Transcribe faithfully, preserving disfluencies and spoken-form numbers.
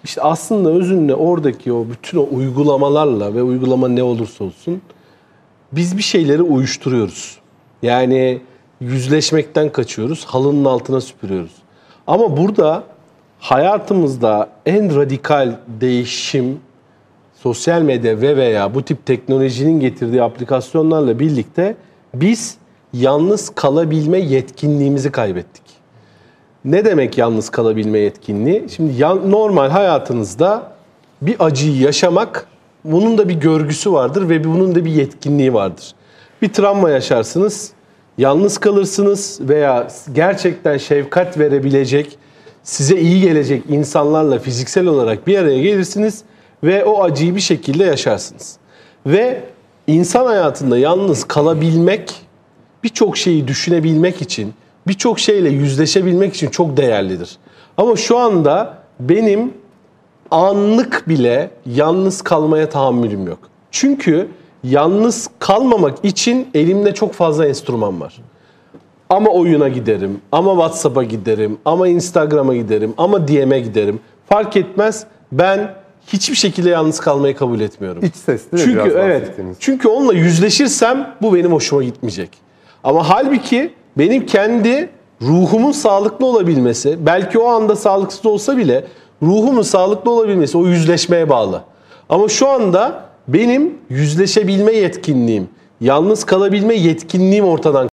İşte aslında özünde oradaki o bütün o uygulamalarla ve uygulama ne olursa olsun biz bir şeyleri uyuşturuyoruz. Yani yüzleşmekten kaçıyoruz, halının altına süpürüyoruz. Ama burada hayatımızda en radikal değişim sosyal medya ve veya bu tip teknolojinin getirdiği aplikasyonlarla birlikte biz yalnız kalabilme yetkinliğimizi kaybettik. Ne demek yalnız kalabilme yetkinliği? Şimdi normal hayatınızda bir acıyı yaşamak, bunun da bir görgüsü vardır ve bunun da bir yetkinliği vardır. Bir travma yaşarsınız, yalnız kalırsınız veya gerçekten şefkat verebilecek, size iyi gelecek insanlarla fiziksel olarak bir araya gelirsiniz ve o acıyı bir şekilde yaşarsınız. Ve insan hayatında yalnız kalabilmek, birçok şeyi düşünebilmek için, birçok şeyle yüzleşebilmek için çok değerlidir. Ama şu anda benim anlık bile yalnız kalmaya tahammülüm yok. Çünkü yalnız kalmamak için elimde çok fazla enstrüman var. Ama oyuna giderim, ama WhatsApp'a giderim, ama Instagram'a giderim, ama D M'e giderim. Fark etmez, ben hiçbir şekilde yalnız kalmayı kabul etmiyorum. İç sesli de çünkü biraz evet, bahsettiniz. çünkü onunla yüzleşirsem bu benim hoşuma gitmeyecek. Ama halbuki benim kendi ruhumun sağlıklı olabilmesi, belki o anda sağlıksız olsa bile ruhumun sağlıklı olabilmesi o yüzleşmeye bağlı. Ama şu anda benim yüzleşebilme yetkinliğim, yalnız kalabilme yetkinliğim ortadan